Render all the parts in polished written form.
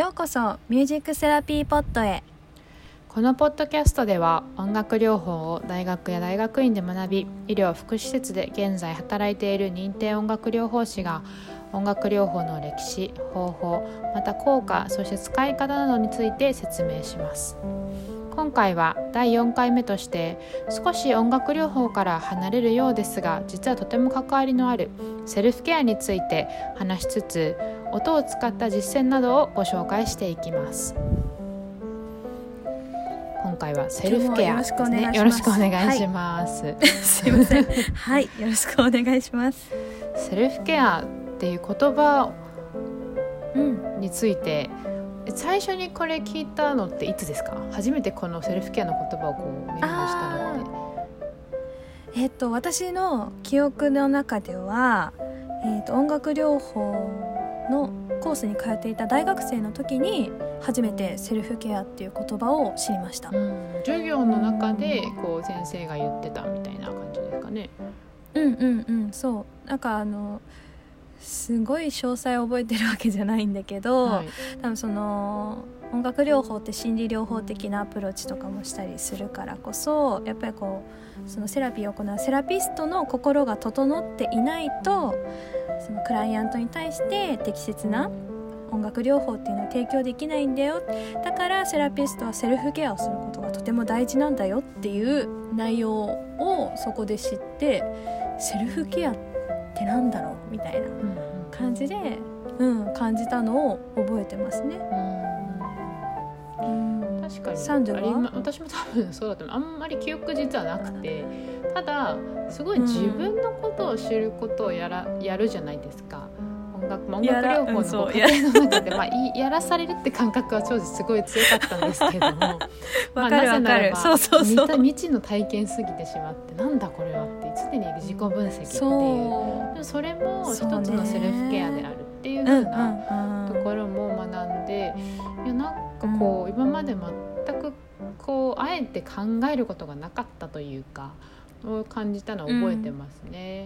ようこそミュージックセラピーポッドへ。 このポッドキャストでは音楽療法を大学や大学院で学び、医療福祉施設で現在働いている認定音楽療法士が音楽療法の歴史、方法、また効果、そして使い方などについて説明します。今回は第4回目として少し音楽療法から離れるようですが、実はとても関わりのあるセルフケアについて話しつつ、音を使った実践などをご紹介していきます。今回はセルフケアですね。よろしくお願いします。はい、 すいません。はい、よろしくお願いします。 セルフケアっていう言葉について、最初にこれ聞いたのっていつですか？初めてこのセルフケアの言葉を耳にしたのって。 私の記憶の中では、音楽療法のコースに通っていた大学生の時に初めてセルフケアっていう言葉を知りました。 授業の中でこう先生が言ってたみたいな感じですかね。 そう、なんかすごい詳細を覚えてるわけじゃないんだけど、はい、多分その音楽療法って心理療法的なアプローチとかもしたりするからこそ、やっぱりこうそのセラピーを行うセラピストの心が整っていないと、そのクライアントに対して適切な音楽療法っていうのを提供できないんだよ。だからセラピストはセルフケアをすることがとても大事なんだよっていう内容をそこで知って、セルフケアってなんだろうみたいな感じで、感じたのを覚えてますね。 確かにサンドは私も多分そうだと思う。あんまり記憶実はなくて、ただすごい自分のことを知ることをやるじゃないですか。音楽療法の過程の中で、やらされるって感覚は当時すごい強かったんですけどもわかるわかる。 未知の体験すぎてしまって、なんだこれはって常に自己分析っていう、でもそれも一つのセルフケアであるっていう風なところも学んで、いやなんかこう今まで全くこうあえて考えることがなかったというかを感じたのを覚えてますね。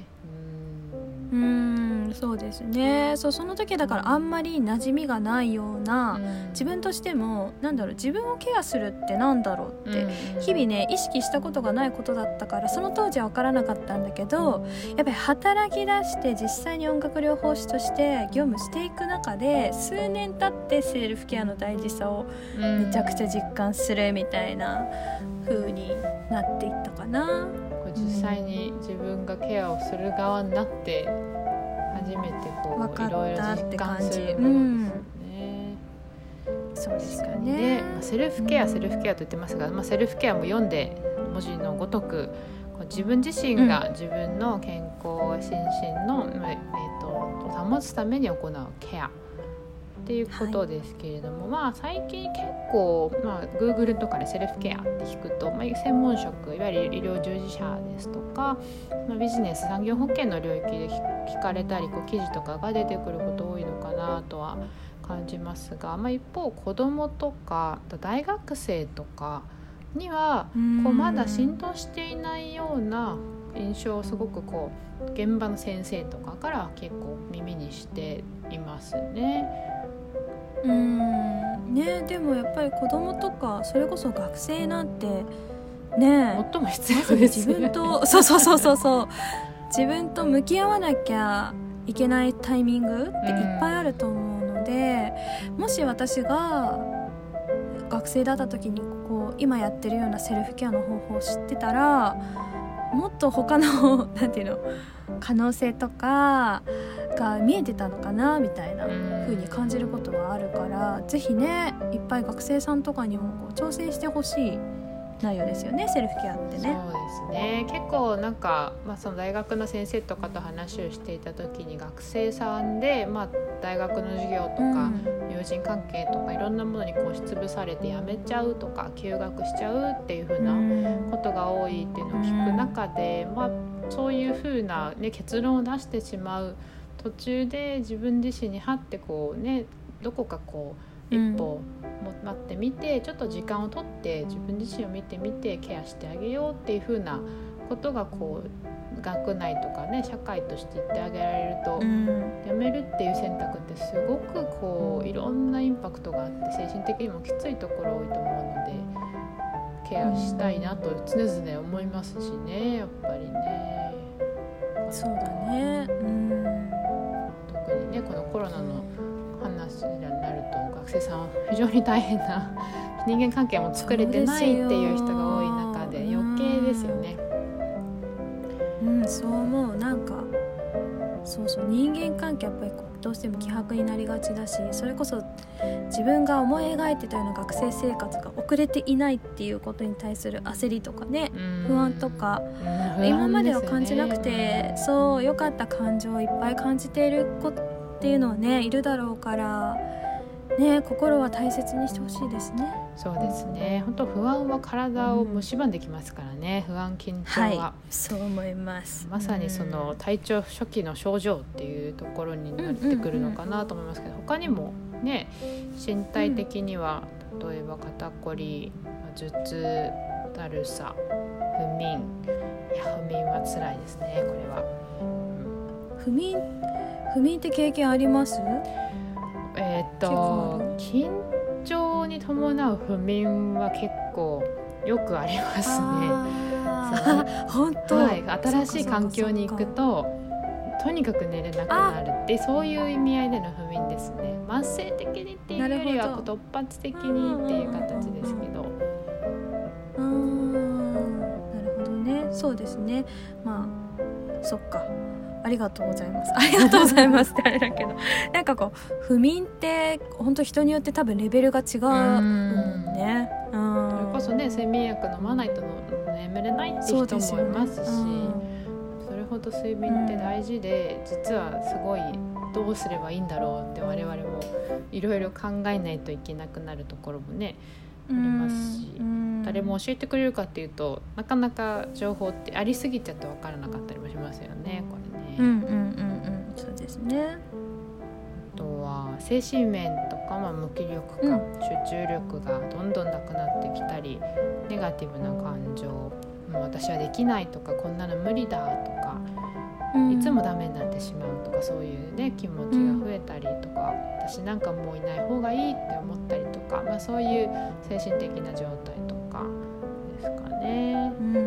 そうですね。その時だからあんまり馴染みがないような、自分としても自分をケアするってなんだろうって日々ね意識したことがないことだったから、その当時は分からなかったんだけど、やっぱり働き出して実際に音楽療法士として業務していく中で、数年経ってセルフケアの大事さをめちゃくちゃ実感するみたいな風になっていったかな。 実際に自分がケアをする側になって初めてこういろいろ実感するものですよね。 そうですかね。 セルフケアと言ってますが、セルフケアも読んで文字のごとく自分自身が自分の健康、心身の、保つために行うケアっていうことですけれども、最近結構、Google とかでセルフケアって聞くと、専門職、いわゆる医療従事者ですとか、ビジネス産業保険の領域で聞かれたり記事とかが出てくること多いのかなとは感じますが、一方子どもとか大学生とかにはまだ浸透していないような印象をすごく現場の先生とかから結構耳にしていますね。 でもやっぱり子供とかそれこそ学生なんてね、 最も必要です。 自分と自分と向き合わなきゃいけないタイミングっていっぱいあると思うので、もし私が学生だった時に今やってるようなセルフケアの方法を知ってたら、もっと他の可能性とかが見えてたのかなみたいな風に感じることがあるから、ぜひねいっぱい学生さんとかにも挑戦してほしい内容ですよね、セルフケアってね。 そうですね。結構その大学の先生とかと話をしていた時に、学生さんで、大学の授業とか、友人関係とかいろんなものに押しつぶされて辞めちゃうとか休学しちゃうっていう風なことが多いっていうのを聞く中で、そういう風な、結論を出してしまう途中で自分自身にはってどこか一歩待ってみて、ちょっと時間をとって自分自身を見てみてケアしてあげようっていう風なことがこう学内とかね社会として言ってあげられると、やめるっていう選択ってすごくこういろんなインパクトがあって精神的にもきついところ多いと思うのでケアしたいなと常々思いますしね、やっぱりね。 そうだね、 特にねこのコロナの話になると学生さんは非常に大変な人間関係も作れてないっていう人が多い中で余計ですよね。 そう思う。なんかそう人間関係やっぱりどうしても希薄になりがちだし、それこそ自分が思い描いてたような学生生活が遅れていないっていうことに対する焦りとかね、不安とか、今までは感じなくて、そう良かった感情をいっぱい感じている子っていうのはねいるだろうからね、心は大切にしてほしいですね。 そうですね。本当不安は体を蝕んできますからね、不安緊張は、 そう思います。 まさにその体調初期の症状っていうところになってくるのかなと思いますけど、他にもね身体的には、例えば肩こり、頭痛、だるさ、不眠。いや不眠は辛いですね、これは、 不眠って経験あります？ 緊張に伴う不眠は結構よくありますね。 本当、 新しい環境に行くととにかく寝れなくなるって、そういう意味合いでの不眠ですね。慢性的にっていうよりは突発的にっていう形ですけど。 なるほどね。そうですね。そっか。ありがとうございます。ありがとうございますってあれだけど、なんかこう不眠って本当人によって多分レベルが違うもんね。 それこそね睡眠薬飲まないと眠れないって人もいますし、それほど睡眠って大事で、実はすごいどうすればいいんだろうって我々もいろいろ考えないといけなくなるところもねありますし、誰も教えてくれるかっていうとなかなか情報ってありすぎちゃって分からなかったりもしますよね、これね。 そうですね。 あとは精神面とか、無気力感、集中力がどんどんなくなってきたり、ネガティブな感情、もう私はできないとかこんなの無理だとか、いつもダメになってしまうとか、そういうね気持ちが増えたりとか、私なんかもういない方がいいって思ったりとか、そういう精神的な状態とかですかね。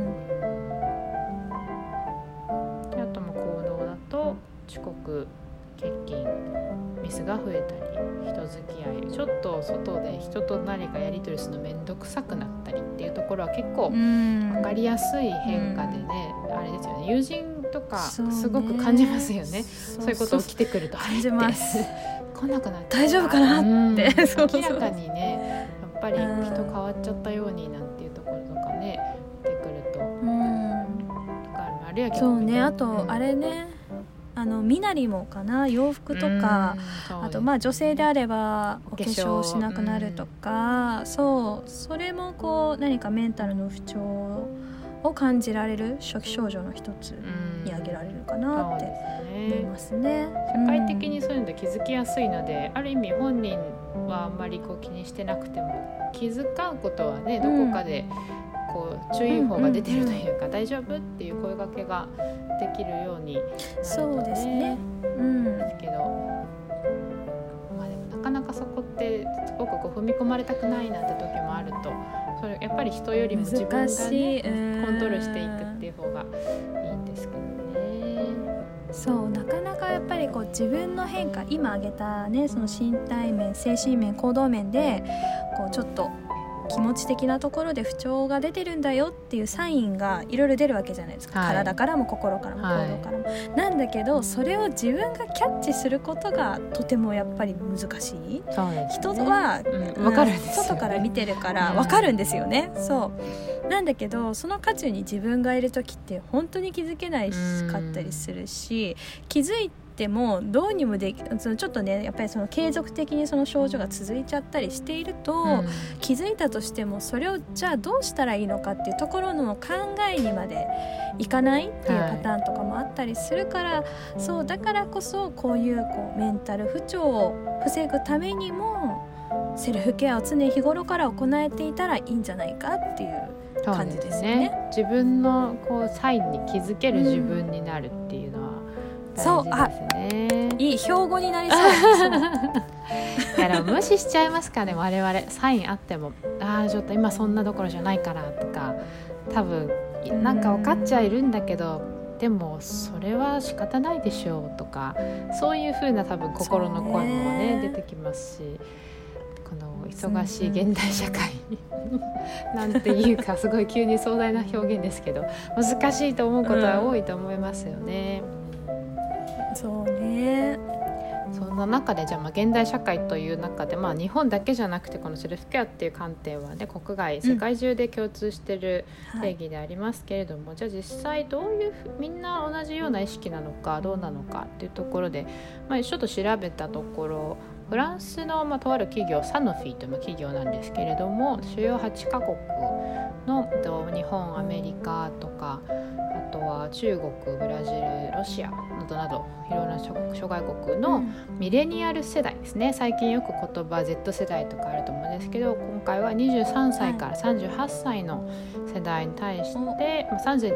であとも行動だと遅刻、欠勤、ミスが増えたり、人付き合い、ちょっと外で人と何かやり取りするのめんどくさくなったりっていうところは結構分かりやすい変化でね、あれですよね、友人とかすごく感じますよね。そういうこと起きてくると感じます。 来なくなって大丈夫かなって、 明らかにねやっぱり人変わっちゃったようになんていうところとかね出てくると、あるいはそうね、あとあれね、身なりもかな、洋服とか、あと女性であればお化粧しなくなるとか、それもこう何かメンタルの不調を感じられる初期症状の一つに挙げられるかなって思いますね。 社会的にそういうので気づきやすいので、ある意味本人はあんまりこう気にしてなくても気遣うことはね、どこかでこう注意報が出てるというか、大丈夫っていう声掛けができるようになるとね。 そうですね。 ですけど、でもなかなかそこってすごくこう踏み込まれたくないなんて時もあると、それやっぱり人よりも自分が、ね、コントロールしていくっていう方がいいんですけどね。 そうなかなかやっぱりこう自分の変化、今挙げたねその身体面、精神面、行動面でこうちょっと気持ち的なところで不調が出てるんだよっていうサインがいろいろ出るわけじゃないですか、体からも心からも行動からも、なんだけどそれを自分がキャッチすることがとてもやっぱり難しい。人は、 分かるんですよね、 外から見てるから分かるんですよね。そうなんだけど、その渦中に自分がいる時って本当に気づけないかったりするし、気づいてもどうにもでき、ちょっとねやっぱりその継続的にその症状が続いちゃったりしていると、気づいたとしてもそれをじゃあどうしたらいいのかっていうところの考えにまでいかないっていうパターンとかもあったりするから、そうだからこそこういうメンタル不調を防ぐためにもセルフケアを常日頃から行えていたらいいんじゃないかっていう感じですよね。 自分のこうサインに気づける自分になるっていうのは大事ですね。 いい標語になりそうそういやでも無視しちゃいますかね、我々。サインあってもちょっと今そんなどころじゃないからとか、多分なんか分かっちゃいるんだけど、でもそれは仕方ないでしょうとか、そういう風な多分心の声もね出てきますし、この忙しい現代社会なんていうか、すごい急に壮大な表現ですけど、難しいと思うことは多いと思いますよね。 そうね。 そんな中でじゃあ、現代社会という中で、日本だけじゃなくてこのセルフケアっていう観点はね、国外世界中で共通してる定義でありますけれども、じゃあ実際どういうみんな同じような意識なのかどうなのかっていうところで、ちょっと調べたところ、フランスの、とある企業サノフィという企業なんですけれども、主要8カ国の日本、アメリカとか、あとは中国、ブラジル、ロシアなどなどいろんな諸外国のミレニアル世代ですね。最近よく言葉 Z 世代とかあると思うんですけど、今回は23歳から38歳の世代に対して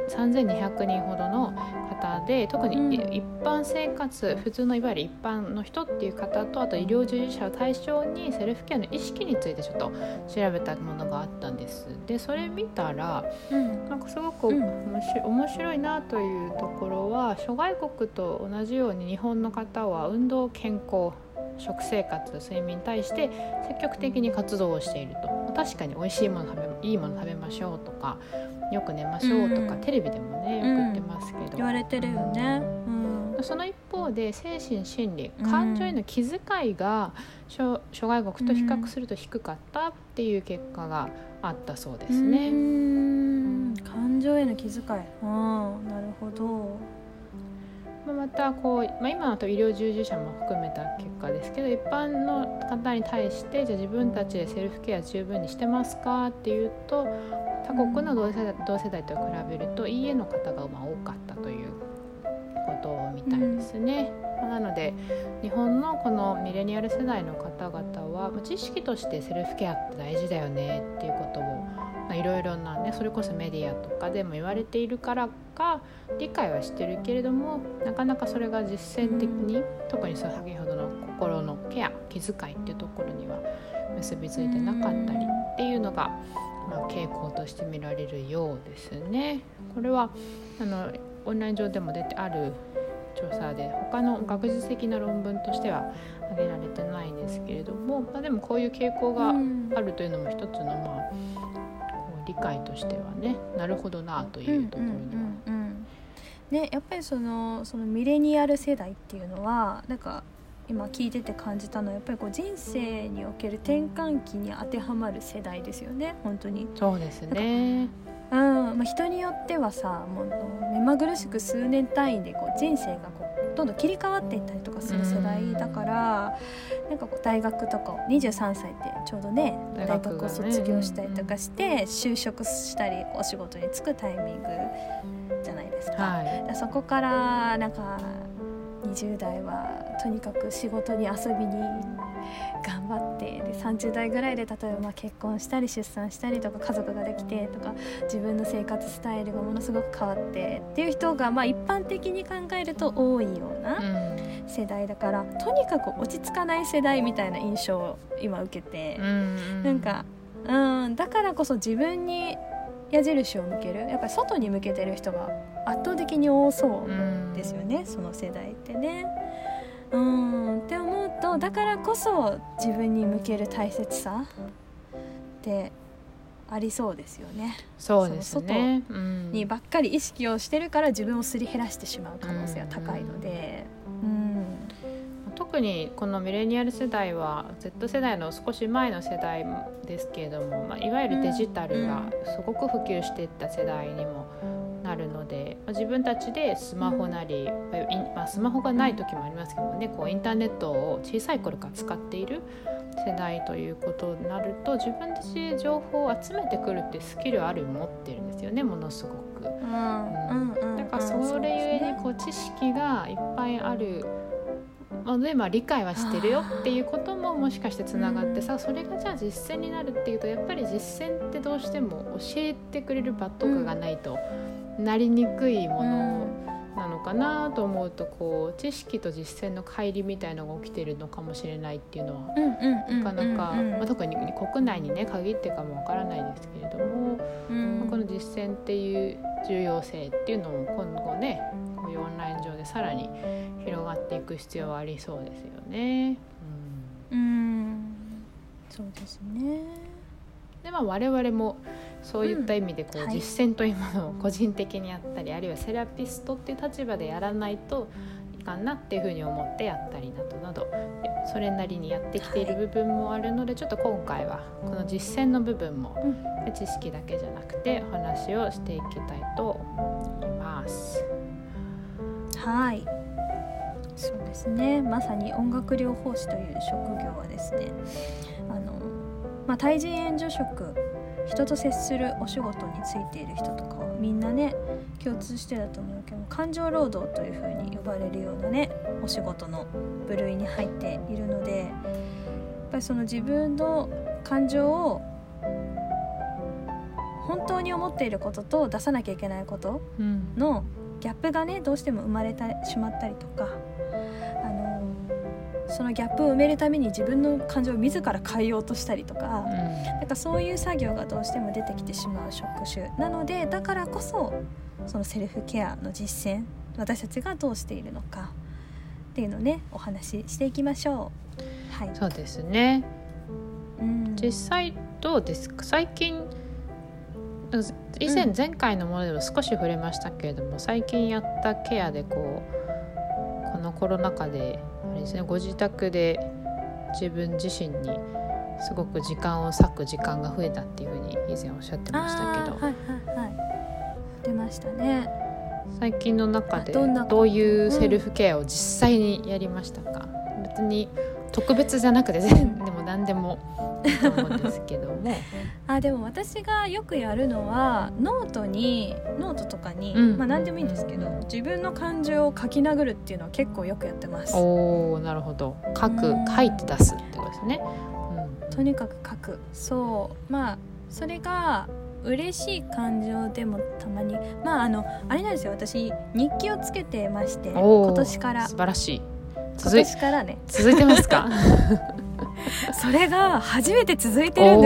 3200人ほどの方で、特に一般生活、普通のいわゆる一般の人っていう方と、あと医療従事者を対象にセルフケアの意識についてちょっと調べたものがあったんです。でそれ見たら、なんかすごく面白いなというところは、諸外国と同じように日本の方は運動、健康、食生活、睡眠に対して積極的に活動をしていると。確かに美味しいものいいもの食べましょうとか、よく寝ましょうとか、テレビでもねよく言ってますけど、 言われてるよね。 その一方で精神心理、感情への気遣いが諸外国と比較すると低かったっていう結果があったそうですね。 感情への気遣い、なるほど。 またこう、今のと医療従事者も含めた結果ですけど、一般の方に対してじゃあ自分たちでセルフケア十分にしてますかっていうと、他国の同世代と比べるといいえの方が多かったということみたいですね。なので日本のこのミレニアル世代の方々は知識としてセルフケアって大事だよねっていうことをいろいろなね、それこそメディアとかでも言われているからか理解はしてるけれども、なかなかそれが実践的に、特に先ほどの心のケア、気遣いっていうところには結びついてなかったりっていうのが、傾向として見られるようですね。これはオンライン上でも出てある調査で、他の学術的な論文としては挙げられてないんですけれども、でもこういう傾向があるというのも一つの理解としてはね、なるほどなというところには、 ね、やっぱりそのミレニアル世代っていうのは、なんか今聞いてて感じたのは、やっぱりこう人生における転換期に当てはまる世代ですよね。本当にそうですね。 人によってはさ、もう目まぐるしく数年単位でこう人生がこうどんどん切り替わっていったりとかする世代だから、なんかこう大学とか23歳ってちょうどね、大学を卒業したりとかして就職したりお仕事に就くタイミングじゃないですか。そこからなんか20代はとにかく仕事に遊びに頑張って、で30代ぐらいで例えば結婚したり出産したりとか家族ができてとか、自分の生活スタイルがものすごく変わってっていう人が一般的に考えると多いような世代だから、とにかく落ち着かない世代みたいな印象を今受けて、なんかだからこそ自分に矢印を向ける、やっぱり外に向けてる人が圧倒的に多そうですよね、その世代ってね。って思うと、だからこそ自分に向ける大切さってありそうですよね。 そうですね。 外にばっかり意識をしてるから自分をすり減らしてしまう可能性は高いので、 特にこのミレニアル世代は Z 世代の少し前の世代ですけれども、いわゆるデジタルがすごく普及していった世代にもなるので、自分たちでスマホなり、スマホがない時もありますけどもね、こうインターネットを小さい頃から使っている世代ということになると、自分たちで情報を集めてくるってスキルある持ってるんですよね、ものすごく。だからそれゆえにこう知識がいっぱいある、 で理解はしてるよっていうことももしかしてつながってさ、それがじゃあ実践になるっていうと、やっぱり実践ってどうしても教えてくれる場とかがないとなりにくいものなのかなと思うと、こう知識と実践の乖離みたいのが起きてるのかもしれないっていうのはなかなか、特に国内にね限ってかもわからないですけれども、この実践っていう重要性っていうのも今後ね、こういうオンライン上でさらに広がっていく必要はありそうですよね。 そうですね。 で我々もそういった意味でこう、実践というものを個人的にやったり、あるいはセラピストっていう立場でやらないといかんなっていうふうに思ってやったりなどそれなりにやってきている部分もあるので、ちょっと今回はこの実践の部分も、知識だけじゃなくてお話をしていきたいと思います。 はい、そうですね。まさに音楽療法士という職業はですね、対人援助職、人と接するお仕事についている人とかはみんなね共通してだと思うけど、感情労働というふうに呼ばれるようなねお仕事の部類に入っているので、やっぱりその自分の感情を本当に思っていることと出さなきゃいけないことのギャップがねどうしても生まれてしまったりとか、そのギャップを埋めるために自分の感情を自ら変えようとしたりとか、なんかそういう作業がどうしても出てきてしまう職種なので、だからこそそのセルフケアの実践、私たちがどうしているのかっていうのをねお話ししていきましょう。はい、 そうですね。実際どうですか？最近前回のものでも少し触れましたけれども、最近やったケアでこのコロナ禍であれですね、ご自宅で自分自身にすごく時間を割く時間が増えたっていうふうに以前おっしゃってましたけど、 出ましたね。 最近の中でどういうセルフケアを実際にやりましたか？別に特別じゃなくてでも何でもいいと思うんですけどもでも私がよくやるのはノートとかに、何でもいいんですけど、自分の感情を書き殴るっていうのは結構よくやってます。 なるほど。書いて出すってことですね。 とにかく書く。そう、それが嬉しい感情でもたまにあれなんですよ、私日記をつけてまして、今年から素晴らしい。 今年からね続いてますか？ それが初めて続いてるんです。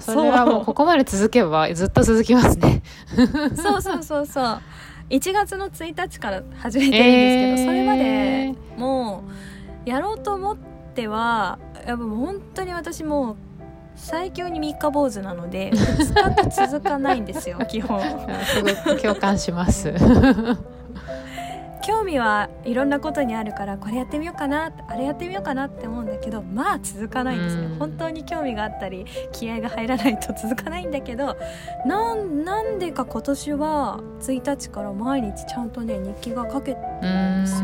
それはもうここまで続けばずっと続きますね。 そう1月の1日から始めてるんですけど、それまでもうやろうと思ってはやっぱもう本当に私もう最強に三日坊主なので2日って続かないんですよ基本。 すごく共感します。 興味はいろんなことにあるから、これやってみようかな、あれやってみようかなって思うんだけど、続かないんですよ。本当に興味があったり気合が入らないと続かないんだけど、なんでか今年は1日から毎日ちゃんとね日記が書けてるんですよ。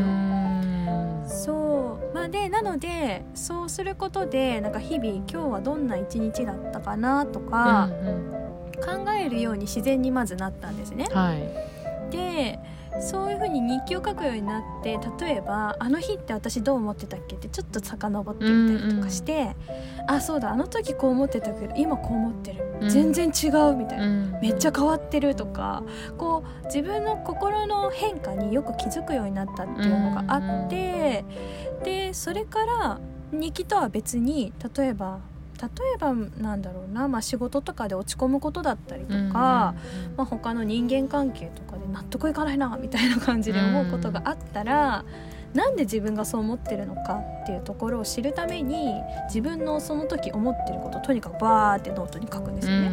そうで、なのでそうすることでなんか日々今日はどんな一日だったかなとか、考えるように自然にまずなったんですね。でそういう風に日記を書くようになって、例えばあの日って私どう思ってたっけってちょっと遡ってみたりとかして、そうだ、あの時こう思ってたけど今こう思ってる、全然違うみたいな、めっちゃ変わってるとか、こう自分の心の変化によく気づくようになったっていうのがあって、でそれから日記とは別に例えばなんだろうな、仕事とかで落ち込むことだったりとか、他の人間関係とかで納得いかないなみたいな感じで思うことがあったら、なんで自分がそう思ってるのかっていうところを知るために、自分のその時思ってることをとにかくバーってノートに書くんですよね。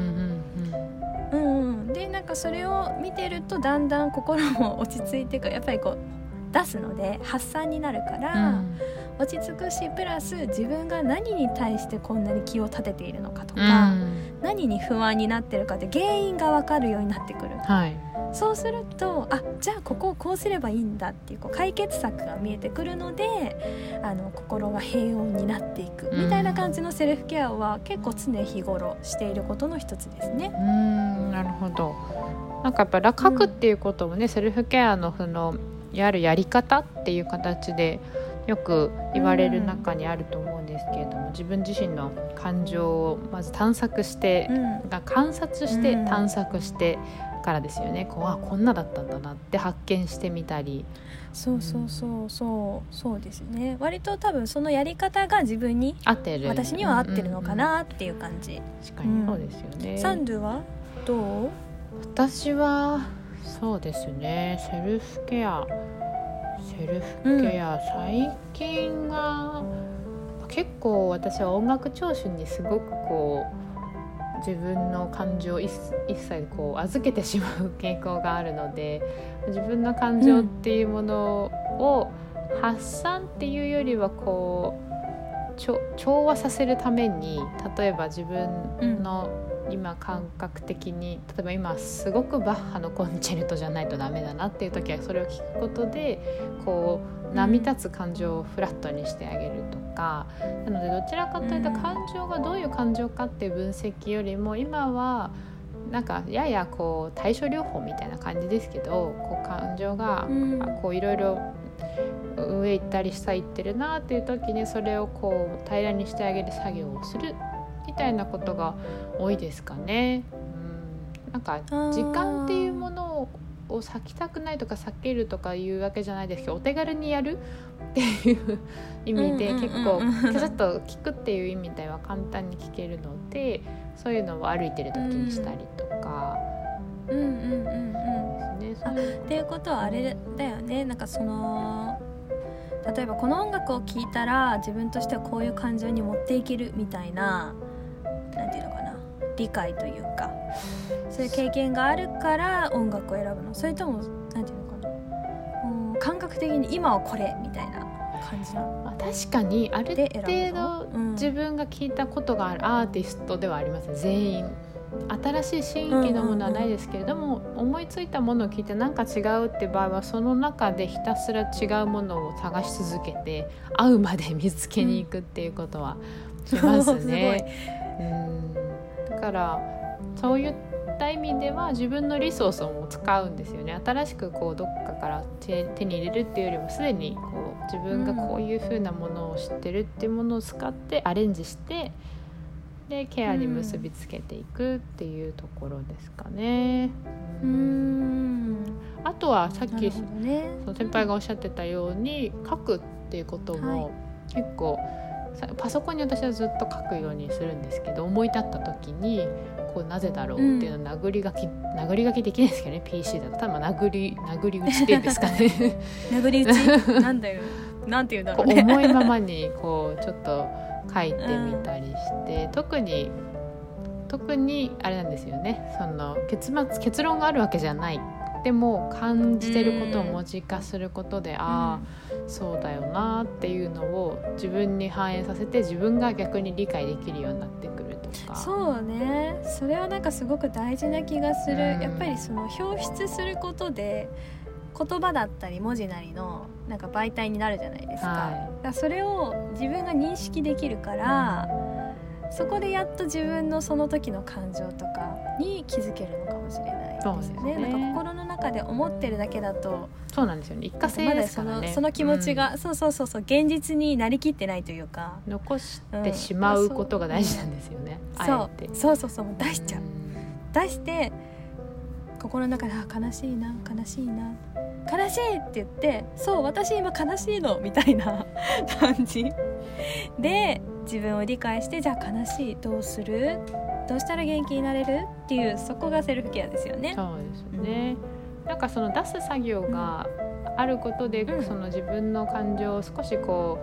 でなんかそれを見てるとだんだん心も落ち着いてくる。やっぱりこう出すので発散になるから、落ち着くし、プラス自分が何に対してこんなに気を立てているのかとか、何に不安になってるかって原因が分かるようになってくる。そうするとじゃあここをこうすればいいんだっていう、解決策が見えてくるので、心が平穏になっていくみたいな感じのセルフケアは結構常日頃していることの一つですね。 なるほど。なんかやっぱ書くっていうこともね、セルフケアのやるやり方っていう形でよく言われる中にあると思うんですけれども、自分自身の感情をまず探索して、観察して探索してからですよね。こんなだったんだなって発見してみたり、 そうですね。割と多分そのやり方が自分に合ってる、 私には合ってるのかなっていう感じ。 確かにそうですよね。 サンドゥはどう？ 私はそうですね、セルフケア最近は結構私は音楽聴取にすごく自分の感情を一切預けてしまう傾向があるので、自分の感情っていうものを発散っていうよりは調和させるために、例えば自分の今感覚的に、例えば今すごくバッハのコンチェルトじゃないとダメだなっていう時はそれを聞くことで波立つ感情をフラットにしてあげるとか、なのでどちらかというと感情がどういう感情かっていう分析よりも、今はなんかやや対処療法みたいな感じですけど、感情がいろいろ上行ったり下行ってるなっていう時にそれを平らにしてあげる作業をするみたいなことが多いですかね。なんか時間っていうものを割きたくないとか避けるとかいうわけじゃないですけど、お手軽にやるっていう意味で結構ちょっと聞くっていう意味では簡単に聞けるので、そういうのを歩いてる時にしたりとかですね。 っていうことはあれだよね、なんか例えばこの音楽を聴いたら自分としてはこういう感情に持っていけるみたいな、なんていうのかな、理解というか、そういう経験があるから音楽を選ぶの？それともなんていうのかな、感覚的に今はこれみたいな感じなの？ 確かにある程度自分が聞いたことがあるアーティストではありますね、全員。新しい新規のものはないですけれども、思いついたものを聞いてなんか違うって場合はその中でひたすら違うものを探し続けて合うまで見つけに行くっていうことはしますね。だからそういった意味では自分のリソースを使うんですよね。新しくどっかから手に入れるっていうよりも、すでに自分がこういう風なものを知ってるっていうものを使ってアレンジして、でケアに結びつけていくっていうところですかね。あとはさっき、その先輩がおっしゃってたように書くっていうことも結構、パソコンに私はずっと書くようにするんですけど、思い立った時になぜだろうっていうのを殴り書きできないですけどね、 PC だと多分殴り打ちっていうんですかね殴り打ちなんだよ、なんていうんだろうね重いままにちょっと書いてみたりして、特にあれなんですよね、その結論があるわけじゃない、でも感じてることを文字化することで、そうだよなっていうのを自分に反映させて、自分が逆に理解できるようになってくるとか。 そうね、それはなんかすごく大事な気がする。やっぱりその表出することで言葉だったり文字なりのなんか媒体になるじゃないですか。だからそれを自分が認識できるから、そこでやっと自分のその時の感情とかに気づけるのかもしれないですよね。なんか心の中で思ってるだけだと、 そうなんですよね、一過性ですからね。 まだその気持ちが、そう現実になりきってないというか、 残してしまうことが大事なんですよね。 そう出しちゃう、出して心の中で悲しいな悲しいって言って、そう私今悲しいのみたいな感じで自分を理解して、じゃあ悲しいどうする、どうしたら元気になれるっていう、そこがセルフケアですよね。 そうですね、なんかその出す作業があることで、その自分の感情を少し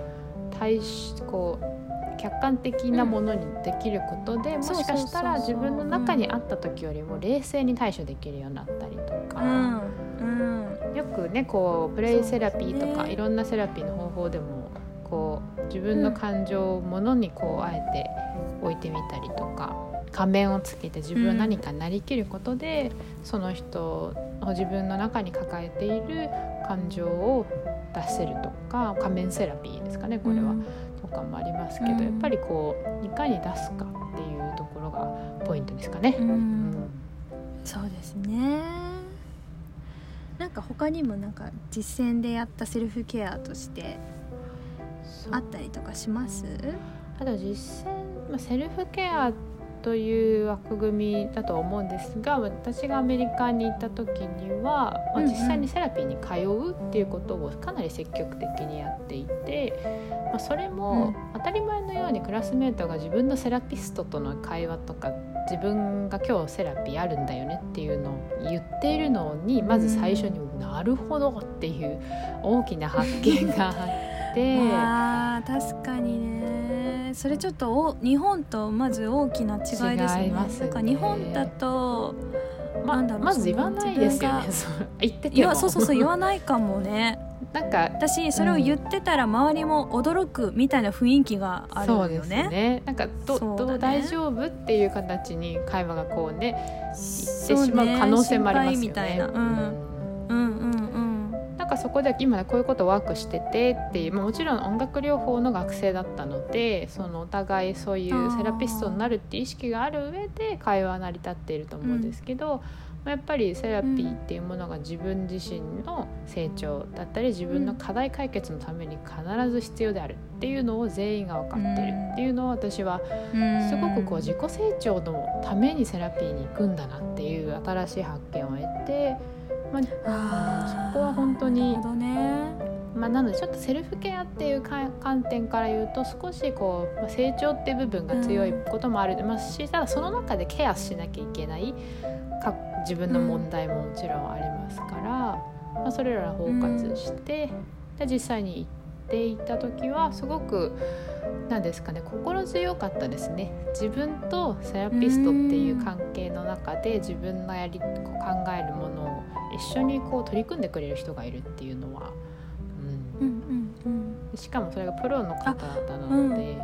客観的なものにできることで、もしかしたら自分の中にあった時よりも冷静に対処できるようになったりとか、よくねプレイセラピーとか、いろんなセラピーの方法でも自分の感情をものにあえて置いてみたりとか、仮面をつけて自分は何かなりきることで、その人自分の中に抱えている感情を出せるとか、仮面セラピーですかね、これは、とかもありますけど、やっぱりいかに出すかっていうところがポイントですかね。 そうですね。なんか他にもなんか実践でやったセルフケアとしてあったりとかします？ あと実践、セルフケアという枠組みだと思うんですが、私がアメリカに行った時には、実際にセラピーに通うっていうことをかなり積極的にやっていて、それも当たり前のようにクラスメートが自分のセラピストとの会話とか、自分が今日セラピーあるんだよねっていうのを言っているのに、まず最初になるほどっていう大きな発見があって確かにね、それちょっと日本とまず大きな違いですね。 違いますね。 なんか日本だとまず言わないですよね。言っててもそう言わないかもね。 なんか私それを言ってたら周りも驚くみたいな雰囲気があるよね。 そうですね。なんか大丈夫っていう形に会話がこうね言ってしまう可能性もありますよね。 みたいな。 なんかそこで今こういうことワークしててっていう、もちろん音楽療法の学生だったので、そのお互いそういうセラピストになるっていう意識がある上で会話は成り立っていると思うんですけど、やっぱりセラピーっていうものが自分自身の成長だったり自分の課題解決のために必ず必要であるっていうのを全員が分かってるっていうのを、私はすごくこう自己成長のためにセラピーに行くんだなっていう新しい発見を得て、そこは本当に、なのでちょっとセルフケアっていう観点から言うと少しこう、成長っていう部分が強いこともあるし、ただその中でケアしなきゃいけない自分の問題ももちろんありますから、それらを包括して、で実際に行っていた時はすごく何ですかね、心強かったですね。自分とセラピストっていう関係の中で自分の考えるものを一緒にこう取り組んでくれる人がいるっていうのは、しかもそれがプロの方だったので、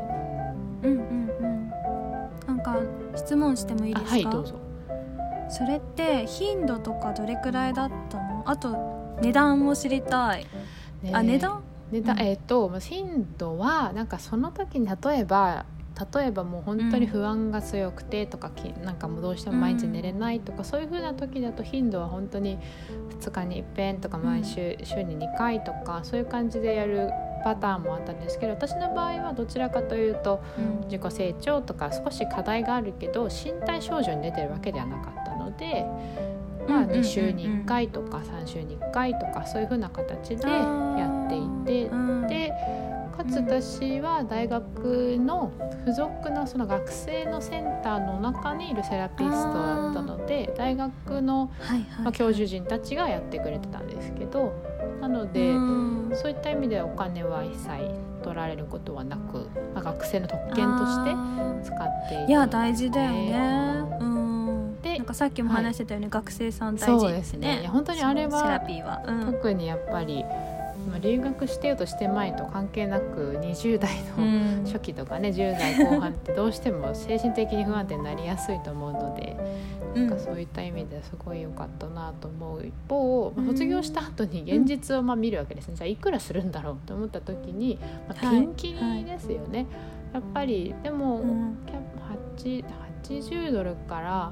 なんか質問してもいいですか？ はい、どうぞ。 それって頻度とかどれくらいだったの？あと値段も知りたい。値段？頻度はなんかその時に例えばもう本当に不安が強くてとか、なんかもうどうしても毎日寝れないとか、そういう風な時だと頻度は本当に2日に1遍とか週に2回とかそういう感じでやるパターンもあったんですけど、私の場合はどちらかというと、自己成長とか少し課題があるけど身体症状に出てるわけではなかったので、2週に1回とか3週に1回とかそういう風な形でやっていて、でかつ私は大学の付属のその学生のセンターの中にいるセラピストだったので、大学の教授陣たちがやってくれてたんですけど、なのでそういった意味ではお金は一切取られることはなく、学生の特権として使っている。 いや大事だよね。でなんかさっきも話してたように、学生さん大事。 そうですね。いや本当にあれはセラピーは、 特にやっぱり留学してようとしてまいと関係なく20代の初期とかね、10代後半ってどうしても精神的に不安定になりやすいと思うので、なんかそういった意味ですごい良かったなと思う一方、卒業した後に現実を見るわけですね。じゃあいくらするんだろうと思った時に、ピンキリですよね。やっぱりでも、80ドルから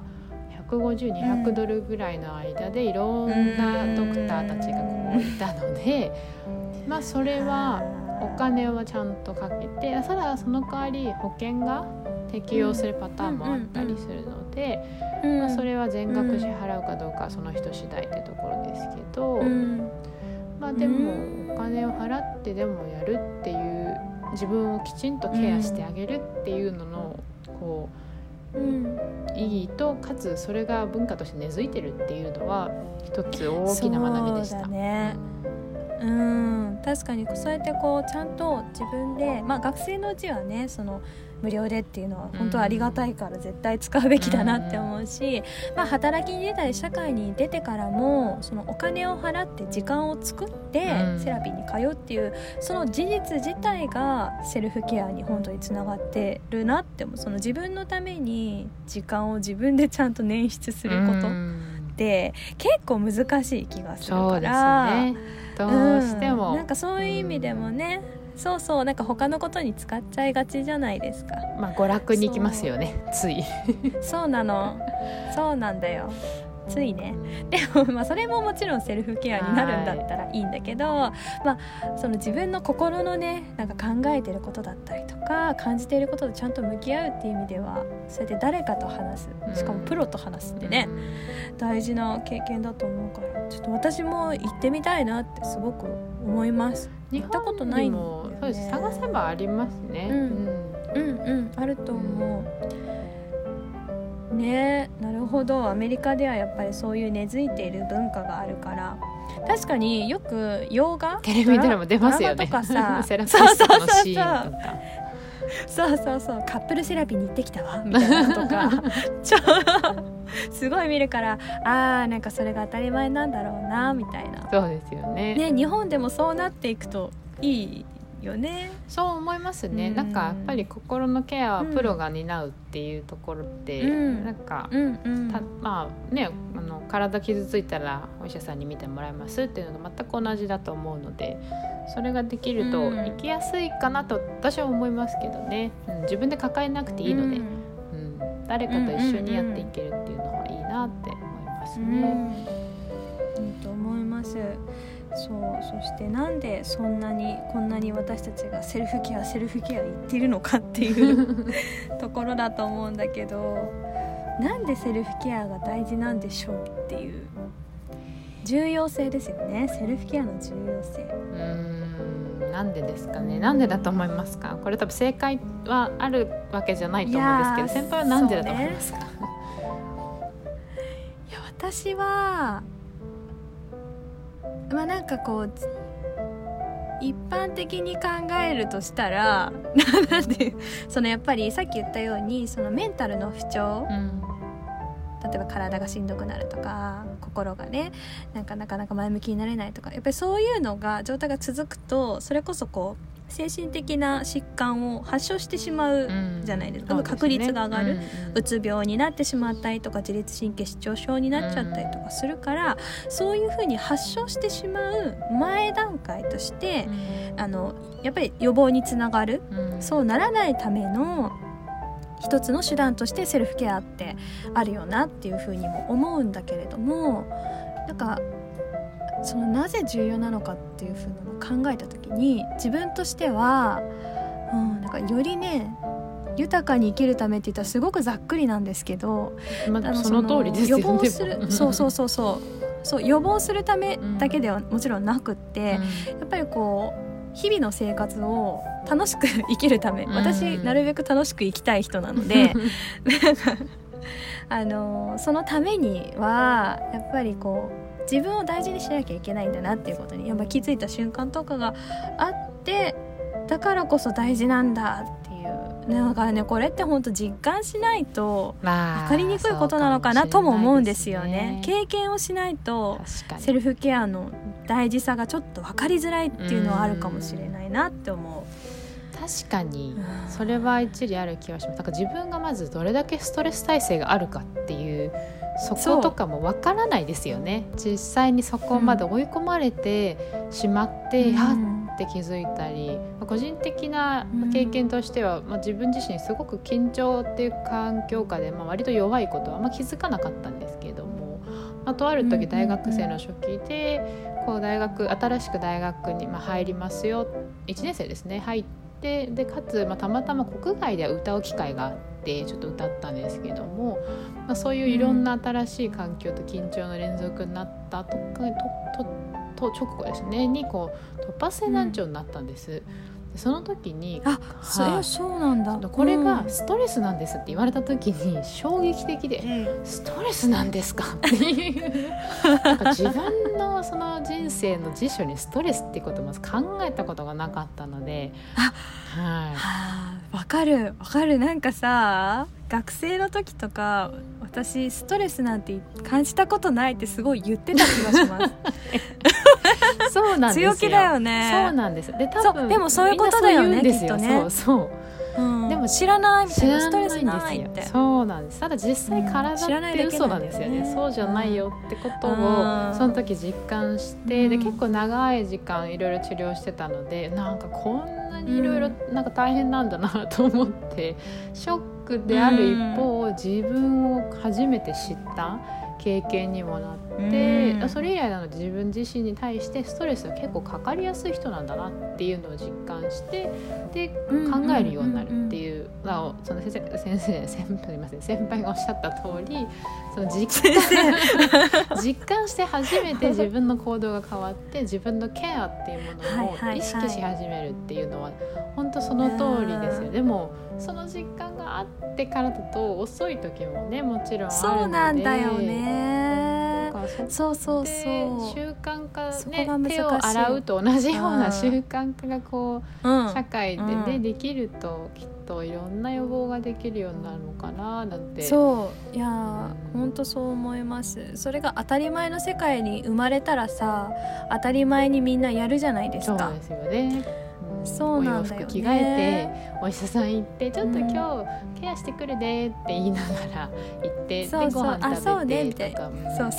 150、200ドルぐらいの間でいろんなドクターたちがこういたので、それはお金はちゃんとかけて、ただその代わり保険が適用するパターンもあったりするので、それは全額支払うかどうかはその人次第ってところですけど、でもお金を払ってでもやるっていう自分をきちんとケアしてあげるっていうののこう意義と、かつそれが文化として根付いてるっていうのは一つ大きな学びでした。 そうだね。確かにそうやってこうちゃんと自分で、学生のうちはね、その無料でっていうのは本当はありがたいから絶対使うべきだなって思うし、働きに出たり社会に出てからもそのお金を払って時間を作ってセラピーに通うっていうその事実自体がセルフケアに本当につながってるなって思う。その自分のために時間を自分でちゃんと捻出することって結構難しい気がするから、 そうですね、どうしても、 なんかそういう意味でもね、なんか他のことに使っちゃいがちじゃないですか。 娯楽に行きますよね、つい。 そうなの、そうなんだよ。 ついね。でもそれももちろんセルフケアになるんだったらいいんだけど、その自分の心のねなんか考えてることだったりとか感じていることとちゃんと向き合うっていう意味では、そうやって誰かと話す、しかもプロと話すってね、大事な経験だと思うから、ちょっと私も行ってみたいなってすごく思います。行ったことないんだよね。 そうです、探せばありますね。 あると思う、ね。なるほど。アメリカではやっぱりそういう根付いている文化があるから、確かによく洋画テレビでも出ますよね。 ドラマとかさセラピストのシーンとかそうカップルセラピーに行ってきたわみたいなのとかすごい見るから、なんかそれが当たり前なんだろうなみたいな。 そうですよね。 日本でもそうなっていくといいよね。 そう思いますね。なんかやっぱり心のケアはプロが担うっていうところって、なんか、体傷ついたらお医者さんに見てもらいますっていうのと全く同じだと思うので、それができると生きやすいかなと私は思いますけどね。自分で抱えなくていいので、誰かと一緒にやっていけるっていうのはいいなって思いますね。 いいと思います。そしてなんでこんなに私たちがセルフケア言ってるのかっていうところだと思うんだけど、なんでセルフケアが大事なんでしょうっていう重要性ですよね。セルフケアの重要性。 なんでですかね。なんでだと思いますか。これ多分正解はあるわけじゃないと思うんですけど、先輩はなんでだと思いますか。 私はなんかこう一般的に考えるとしたらなんでそのやっぱりさっき言ったようにそのメンタルの不調、例えば体がしんどくなるとか心がねなかなか前向きになれないとか、やっぱりそういうのが状態が続くと、それこそこう精神的な疾患を発症してしまうじゃないですか。確率が上がる、うつ病になってしまったりとか自律神経失調症になっちゃったりとかするから、そういうふうに発症してしまう前段階として、やっぱり予防につながる、そうならないための一つの手段としてセルフケアってあるよなっていうふうにも思うんだけれども、なんかそのなぜ重要なのかっていうふうなのを考えた時に、自分としては、なんかよりね豊かに生きるためって言ったらすごくざっくりなんですけど、 その通りですよね。 予防するそう予防するためだけではもちろんなくって、やっぱりこう日々の生活を楽しく生きるため、私なるべく楽しく生きたい人なのでそのためにはやっぱりこう自分を大事にしなきゃいけないんだなっていうことにやっぱ気づいた瞬間とかがあって、だからこそ大事なんだっていう、だからねこれって本当実感しないと分かりにくいことなのかなとも思うんですよね。経験をしないとセルフケアの大事さがちょっと分かりづらいっていうのはあるかもしれないなって思う。 確かにそれは一理ある気がします。だから自分がまずどれだけストレス耐性があるかっていうそことかもわからないですよね。実際にそこまで追い込まれてしまって、はって気づいたり、個人的な経験としては、自分自身すごく緊張っていう環境下で、割と弱いことはあんま気づかなかったんですけども、とある時大学生の初期でこう新しく大学に入りますよ、1年生ですね、入ってでかつ、たまたま国外で歌う機会があってちょっと歌ったんですけども、そういういろんな新しい環境と緊張の連続になったと直後ですねにこう突発性難聴になったんです。でその時にそうなんだ、 これがストレスなんですって言われた時に衝撃的で、ストレスなんですかっていうなんか自分のその人生の辞書にストレスっていうことをまず考えたことがなかったので、 わかるなんかさ、学生の時とか私ストレスなんて感じたことないってすごい言ってた気がしますそうなんですよ。 強気だよね。 そうなんです。で多分でもそういうことだよね、きっとね。 でも知らないみたいな、ストレスないって。 そうなんです。ただ実際体って嘘なんですよね。そうじゃないよってことをその時実感して、で結構長い時間いろいろ治療してたので、なんかこんなにいろいろなんか大変なんだなと思ってショックである一方、自分を初めて知った経験にもなって、それ以来なので自分自身に対してストレスが結構かかりやすい人なんだなっていうのを実感してで考えるようになるっていうのをその先輩がおっしゃった通りその実感して初めて自分の行動が変わって自分のケアっていうものを意識し始めるっていうのは本当その通りですよ。でもその実感があってからだと遅い時もねもちろんあるのでそうなんだよね。そう習慣化ね手を洗うと同じような習慣化がこう、社会でね、できるときっといろんな予防ができるようになるのかななんて。 そういや本当そう思います。それが当たり前の世界に生まれたらさ当たり前にみんなやるじゃないですか。 そうですよね。 そうなんだよね。 お洋服着替えてお医者さん行ってちょっと今日ケアしてくるねって言いながら行ってでご飯食べてとか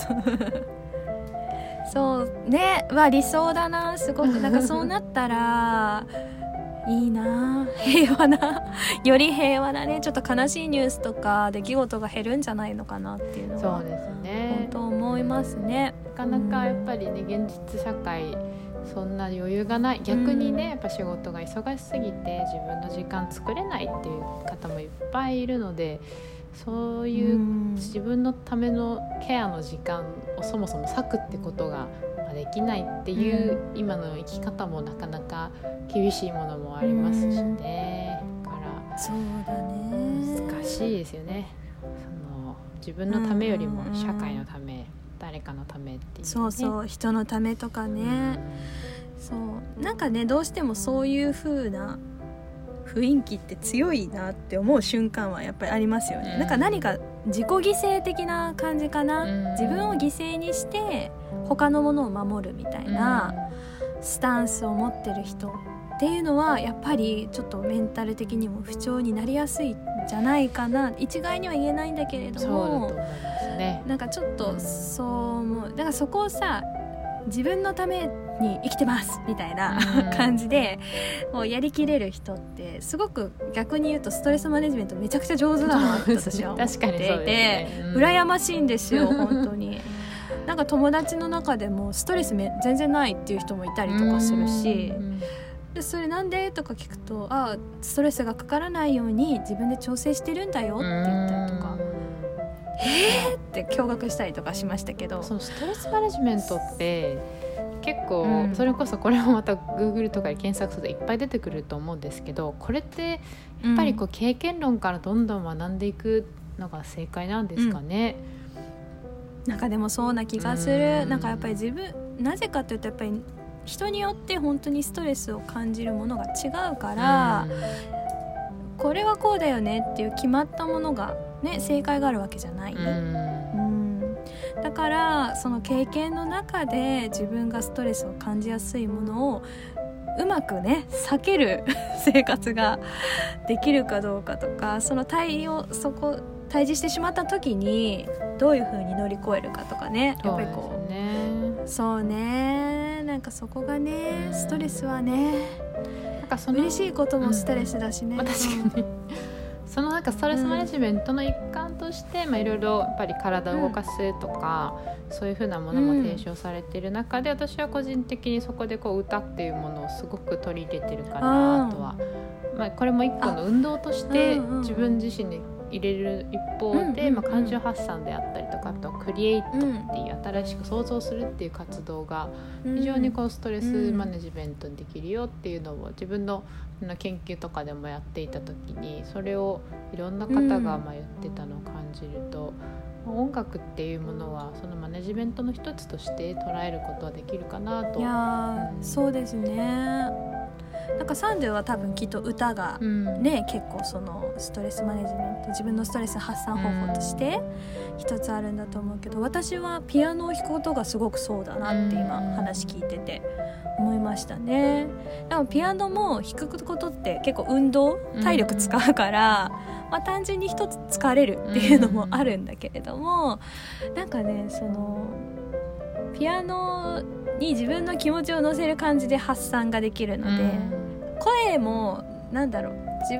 そうねは理想だなすごく。なんかそうなったらいいな平和なより平和なねちょっと悲しいニュースとか出来事が減るんじゃないのかなっていうのはそうですね本当思いますね。 なかなかやっぱりね現実社会そんな余裕がない逆にねやっぱ仕事が忙しすぎて自分の時間作れないっていう方もいっぱいいるのでそういう自分のためのケアの時間をそもそも割くってことができないっていう今の生き方もなかなか厳しいものもありますしね。だからそうだね難しいですよね。自分のためよりも社会のため誰かのためっていう、ね、 そう人のためとかね、そうなんかねどうしてもそういう風な雰囲気って強いなって思う瞬間はやっぱりありますよね。なんか何か自己犠牲的な感じかな、自分を犠牲にして他のものを守るみたいなスタンスを持ってる人っていうのはやっぱりちょっとメンタル的にも不調になりやすいんじゃないかな。一概には言えないんだけれどもそうだと思いますね。 なんかちょっとそう思う。だからそこをさ自分のために生きてますみたいな感じでもうやりきれる人ってすごく逆に言うとストレスマネジメントめちゃくちゃ上手だなって私は思っていて羨ましいんですよ本当に。なんか友達の中でもストレス全然ないっていう人もいたりとかするしでそれなんでとか聞くとストレスがかからないように自分で調整してるんだよって言ったりとかって驚愕したりとかしましたけど、 そのストレスマネジメントって結構、それこそこれもまた Google とかで検索するといっぱい出てくると思うんですけどこれってやっぱりこう経験論からどんどん学んでいくのが正解なんですかね。 なんかでもそうな気がする。なんかやっぱりなぜかというとやっぱり人によって本当にストレスを感じるものが違うからこれはこうだよねっていう決まったものがね正解があるわけじゃない。だからその経験の中で自分がストレスを感じやすいものをうまくね避ける生活ができるかどうかとかその対峙してしまった時にどういう風に乗り越えるかとかねやっぱりこうそうねなんかそこがねストレスはねなんか嬉しいこともストレスだしね、 確かにそのなんかストレスマネジメントの一環として、いろいろやっぱり体を動かすとか、そういう風なものも提唱されている中で、私は個人的にそこでこう歌っていうものをすごく取り入れてるかなとは、これも一個の運動として自分自身に入れる一方で、感情発散であったりとか、あとクリエイトっていう新しく想像するっていう活動が非常にこうストレスマネジメントできるよっていうのを自分の研究とかでもやっていた時に、それをいろんな方が言ってたのを感じると、音楽っていうものはそのマネジメントの一つとして捉えることはできるかなと。 いや、そうですね。なんかサンデーは多分きっと歌がね、結構そのストレスマネジメント、自分のストレス発散方法として一つあるんだと思うけど、私はピアノを弾くことがすごくそうだなって今話聞いてて思いましたね。でもピアノも弾くことって結構運動、体力使うから、単純に一つ疲れるっていうのもあるんだけれども、なんかね、そのピアノに自分の気持ちを乗せる感じで発散ができるので、声もなんだろう、自分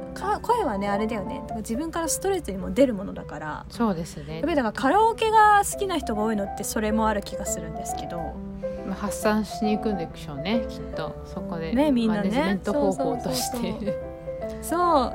声はねあれだよね、自分からストレートにも出るものだから。 そうですね。 やっぱりだからカラオケが好きな人が多いのってそれもある気がするんですけど、 発散しに行くんでしょうね、きっとそこで、 ね、みんなね、 マネジメント方法としてそう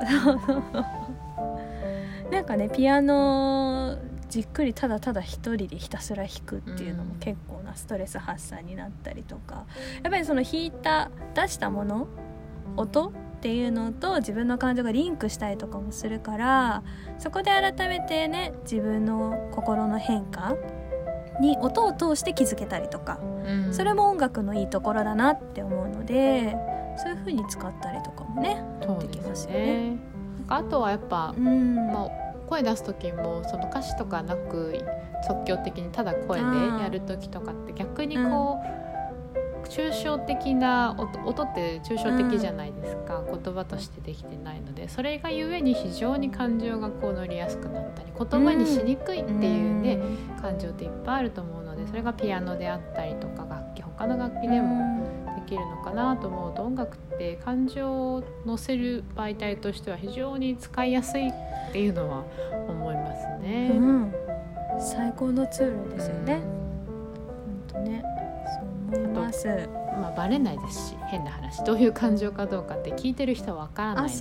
なんかねピアノじっくりただただ一人でひたすら弾くっていうのも結構なストレス発散になったりとか、やっぱりその弾いた出したもの音っていうのと自分の感情がリンクしたりとかもするから、そこで改めてね自分の心の変化に音を通して気づけたりとか、それも音楽のいいところだなって思うので、そういう風に使ったりとかもねできますよね。 あとはやっぱ、声出す時もその歌詞とかなく即興的にただ声でやる時とかって逆にこう抽象的な 音って抽象的じゃないですか、言葉としてできてないので、それがゆえに非常に感情がこう乗りやすくなったり言葉にしにくいっていうね、感情っていっぱいあると思うので、それがピアノであったりとか他の楽器でもできるのかなと思うと、音楽って感情を乗せる媒体としては非常に使いやすいっていうのは思いますね、 最高のツールですよね、本当ね、そう思います。 バレないですし、変な話どういう感情かどうかって聞いてる人はわからないので、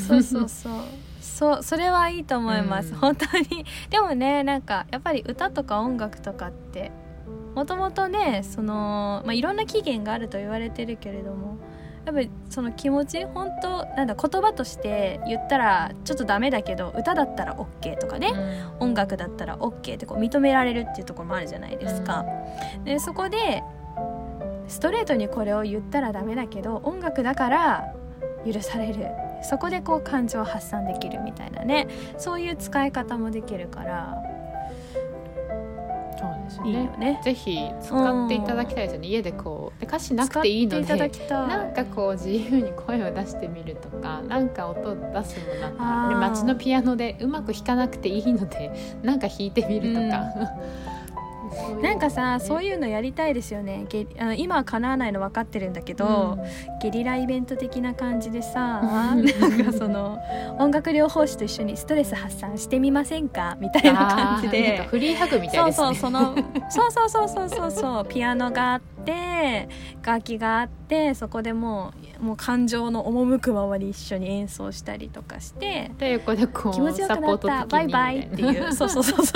それはいいと思います、本当に。でもね、なんかやっぱり歌とか音楽とかってもともとね、いろんな起源があると言われてるけれども、やっぱりその気持ち、本当なんだ、言葉として言ったらちょっとダメだけど歌だったら OK とかね、音楽だったら OK ってこう認められるっていうところもあるじゃないですか、でそこでストレートにこれを言ったらダメだけど音楽だから許される、そこでこう感情を発散できるみたいなね、そういう使い方もできるから、 そうですね、 いいよね。 ぜひ使っていただきたいですよね。家でこうで歌詞なくていいので、なんかこう自由に声を出してみるとか、なんか音を出すものだったら、ね、街のピアノでうまく弾かなくていいのでなんか弾いてみるとか、 なんかさ、そういうのやりたいですよね。今は叶わないの分かってるんだけど、ゲリライベント的な感じでさ、なんかその音楽療法士と一緒にストレス発散してみませんかみたいな感じで、 なんかフリーハグみたいですね。 そうピアノがあって楽器があって、そこでもう感情の赴くままに一緒に演奏したりとかして、 で横でこう気持ちよくなったバイバイっていうそう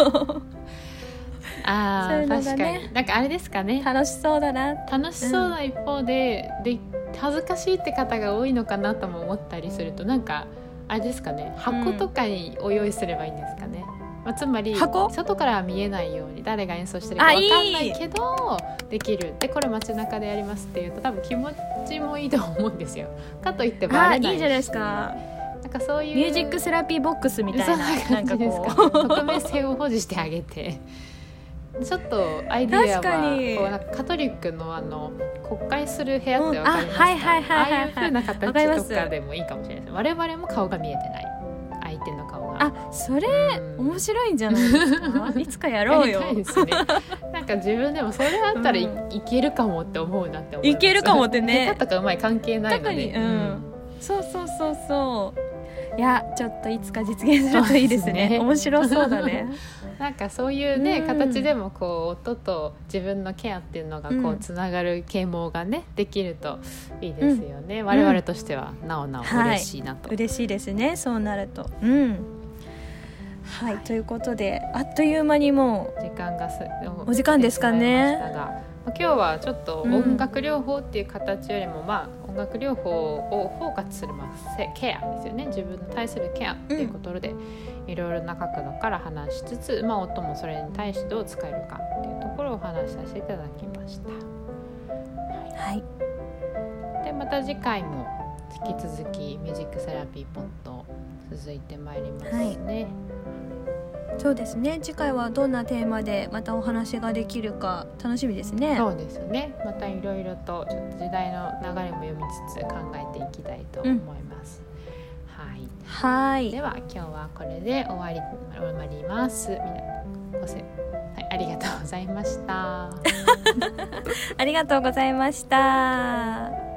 確かに、なんかあれですかね、 楽しそうだな、 楽しそうな一方で、恥ずかしいって方が多いのかなとも思ったりすると、なんかあれですかね、箱とかを用意すればいいんですかね、つまり外からは見えないように誰が演奏してるか分かんないけどできる、でこれ街中でやりますっていうと多分気持ちもいいと思うんですよ。かといってバレないし、 いいじゃないですか。 なんかそういうミュージックセラピーボックスみたいな感じですか、匿名性を保持してあげてちょっとアイディアはこうなんかカトリックの国会する部屋ってわかりますか、ああいう風な形とかでもいいかもしれないです。我々も顔が見えてない、相手の顔が。 それ、面白いんじゃないですかいつかやろうよ。 やりたいですね。なんか自分でもそれあったら いけるかもって思うなって思います。 いけるかもってね。 下手とかうまい関係ないので、 そういや、ちょっといつか実現するといいですね。面白そうだね。 なんかそういうね、形でもこう音と自分のケアっていうのがこうつながる啓蒙がねできるといいですよね、我々としてはなおなお嬉しいなと、 嬉しいですね、そうなると。はい、ということであっという間にもう時間がお時間ですかね。 今日はちょっと音楽療法っていう形よりも、音楽療法をフォーカスする、ケアですよね、自分に対するケアっていうことで、いろいろな角度から話しつつ、音もそれに対してどう使えるかっていうところをお話しさせていただきました。 はい、 でまた次回も引き続きミュージックセラピーポッド続いてまいりますね。 そうですね、次回はどんなテーマでまたお話ができるか楽しみですね。 そうですね、またいろいろとちょっと時代の流れも読みつつ考えていきたいと思います、はい、では今日はこれで終わります。ありがとうございました。 ありがとうございました。